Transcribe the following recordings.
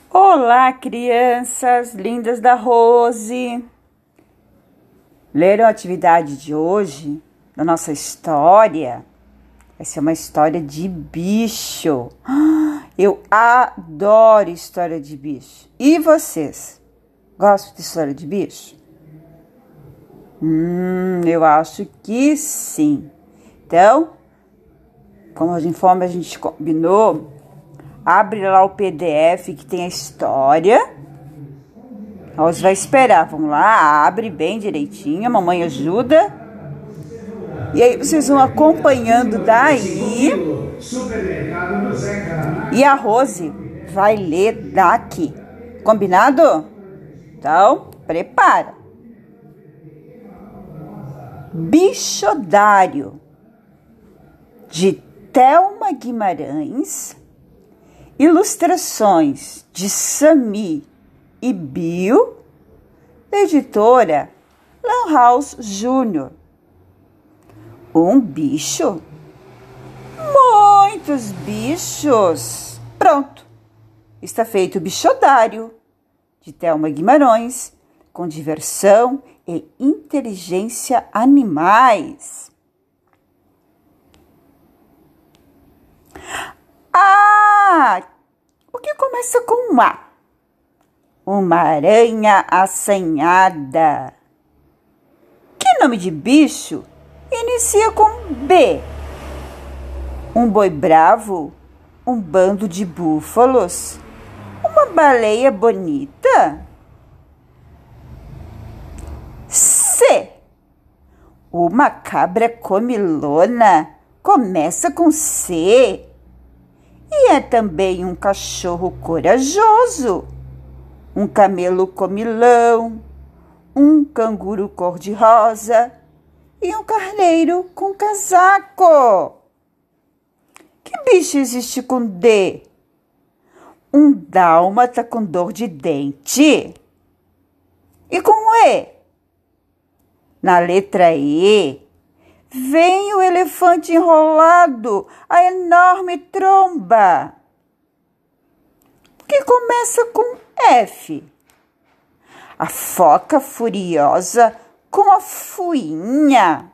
Olá, crianças lindas da Rose! Leram a atividade de hoje da nossa história? Vai ser uma história de bicho. Eu adoro história de bicho. E vocês? Gostam de história de bicho? Eu acho que sim. Então, conforme a gente combinou, abre lá o PDF que tem a história. A Rose vai esperar. Vamos lá, abre bem direitinho. A mamãe ajuda. E aí vocês vão acompanhando daí. E a Rose vai ler daqui. Combinado? Então, prepara. Bichodário, de Thelma Guimarães. Ilustrações de Sami e Bill, da editora Lan House Júnior. Um bicho? Muitos bichos! Pronto! Está feito o Bichodário, de Thelma Guimarães, com diversão e inteligência animais. O que começa com um A? Uma aranha assanhada. Que nome de bicho inicia com B? Um boi bravo? Um bando de búfalos? Uma baleia bonita? C. Uma cabra comilona começa com C. E é também um cachorro corajoso, um camelo comilão, um canguru cor-de-rosa e um carneiro com casaco. Que bicho existe com D? Um dálmata com dor de dente. E com E? Na letra E, vem o elefante enrolado, a enorme tromba, que começa com F. A foca furiosa com a fuinha.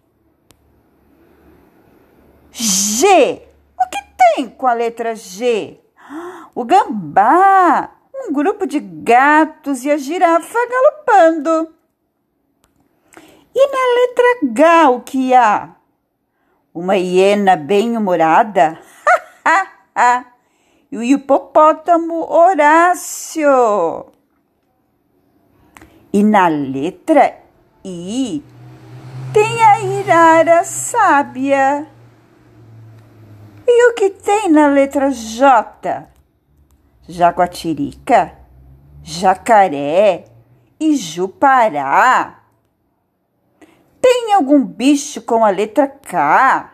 G. O que tem com a letra G? O gambá, um grupo de gatos e a girafa galopando. E na letra H, o que há? Uma hiena bem-humorada? E o hipopótamo Horácio. E na letra I, tem a irara sábia. E o que tem na letra J? Jaguatirica, jacaré e jupará. Tem algum bicho com a letra K?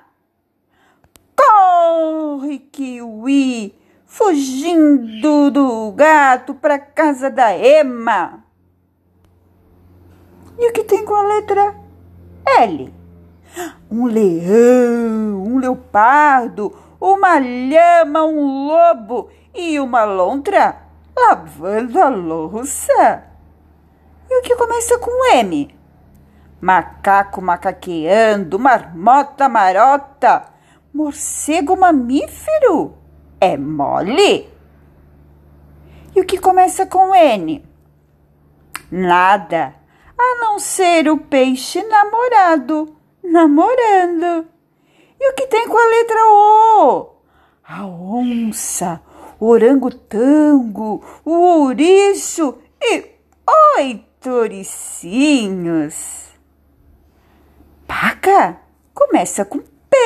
Corre, kiwi, fugindo do gato para casa da Ema. E o que tem com a letra L? Um leão, um leopardo, uma lhama, um lobo e uma lontra lavando a louça. E o que começa com M? Macaco macaqueando, marmota marota, morcego mamífero, é mole? E o que começa com N? Nada, a não ser o peixe namorado, namorando. E o que tem com a letra O? A onça, o orangotango, o ouriço e 8 ouricinhos. Paca começa com P.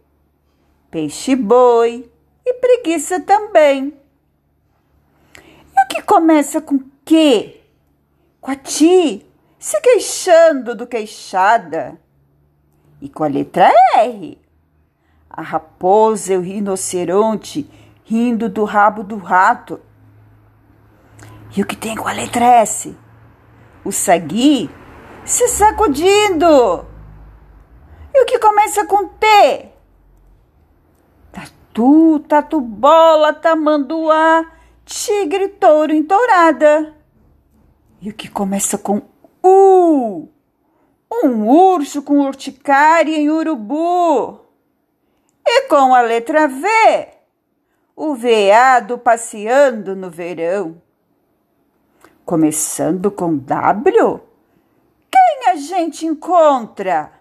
Peixe-boi e preguiça também. E o que começa com Q? Coati, se queixando do queixada. E com a letra R? A raposa e o rinoceronte rindo do rabo do rato. E o que tem com a letra S? O sagui se sacudindo. E o que começa com T? Tatu, tatu bola, tamanduá tigre, touro, entourada. E o que começa com U? Um urso com urticária em urubu. E com a letra V, o veado passeando no verão. Começando com W, quem a gente encontra?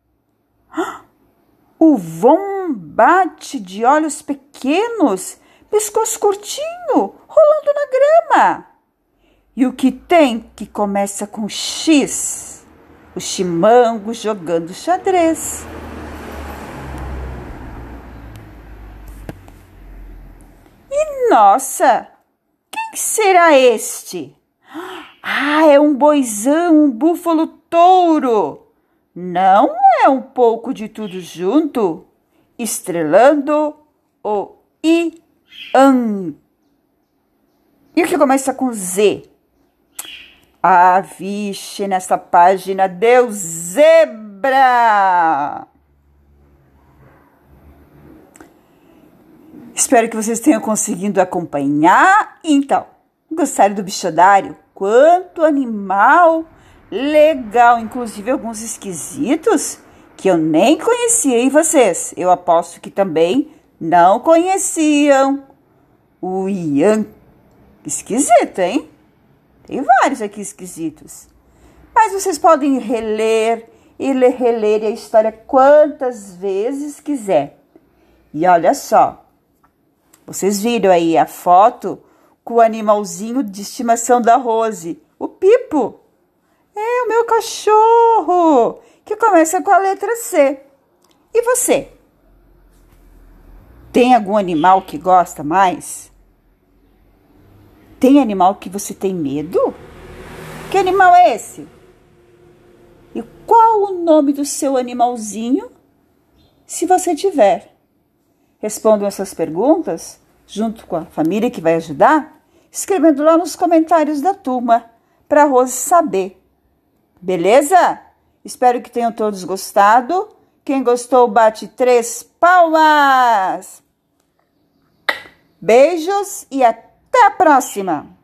O vombate de olhos pequenos, pescoço curtinho, rolando na grama. E o que tem que começa com X? O chimango jogando xadrez. E nossa, quem será este? Ah, é um boizão, um búfalo touro. Não é um pouco de tudo junto? Estrelando o Ian. E o que começa com Z? Ah, vixe, nessa página deu zebra! Espero que vocês tenham conseguido acompanhar. Então, gostaram do bichodário? Quanto animal legal! Inclusive alguns esquisitos que eu nem conhecia. E vocês? Eu aposto que também não conheciam. O Ian. Esquisito, hein? Tem vários aqui esquisitos. Mas vocês podem reler e reler a história quantas vezes quiser. E olha só, vocês viram aí a foto com o animalzinho de estimação da Rose, o Pipo. É o meu cachorro, que começa com a letra C. E você? Tem algum animal que gosta mais? Tem animal que você tem medo? Que animal é esse? E qual o nome do seu animalzinho, se você tiver? Respondam essas perguntas junto com a família que vai ajudar, escrevendo lá nos comentários da turma, para a Rose saber. Beleza? Espero que tenham todos gostado. Quem gostou, bate 3 palmas. Beijos e até a próxima!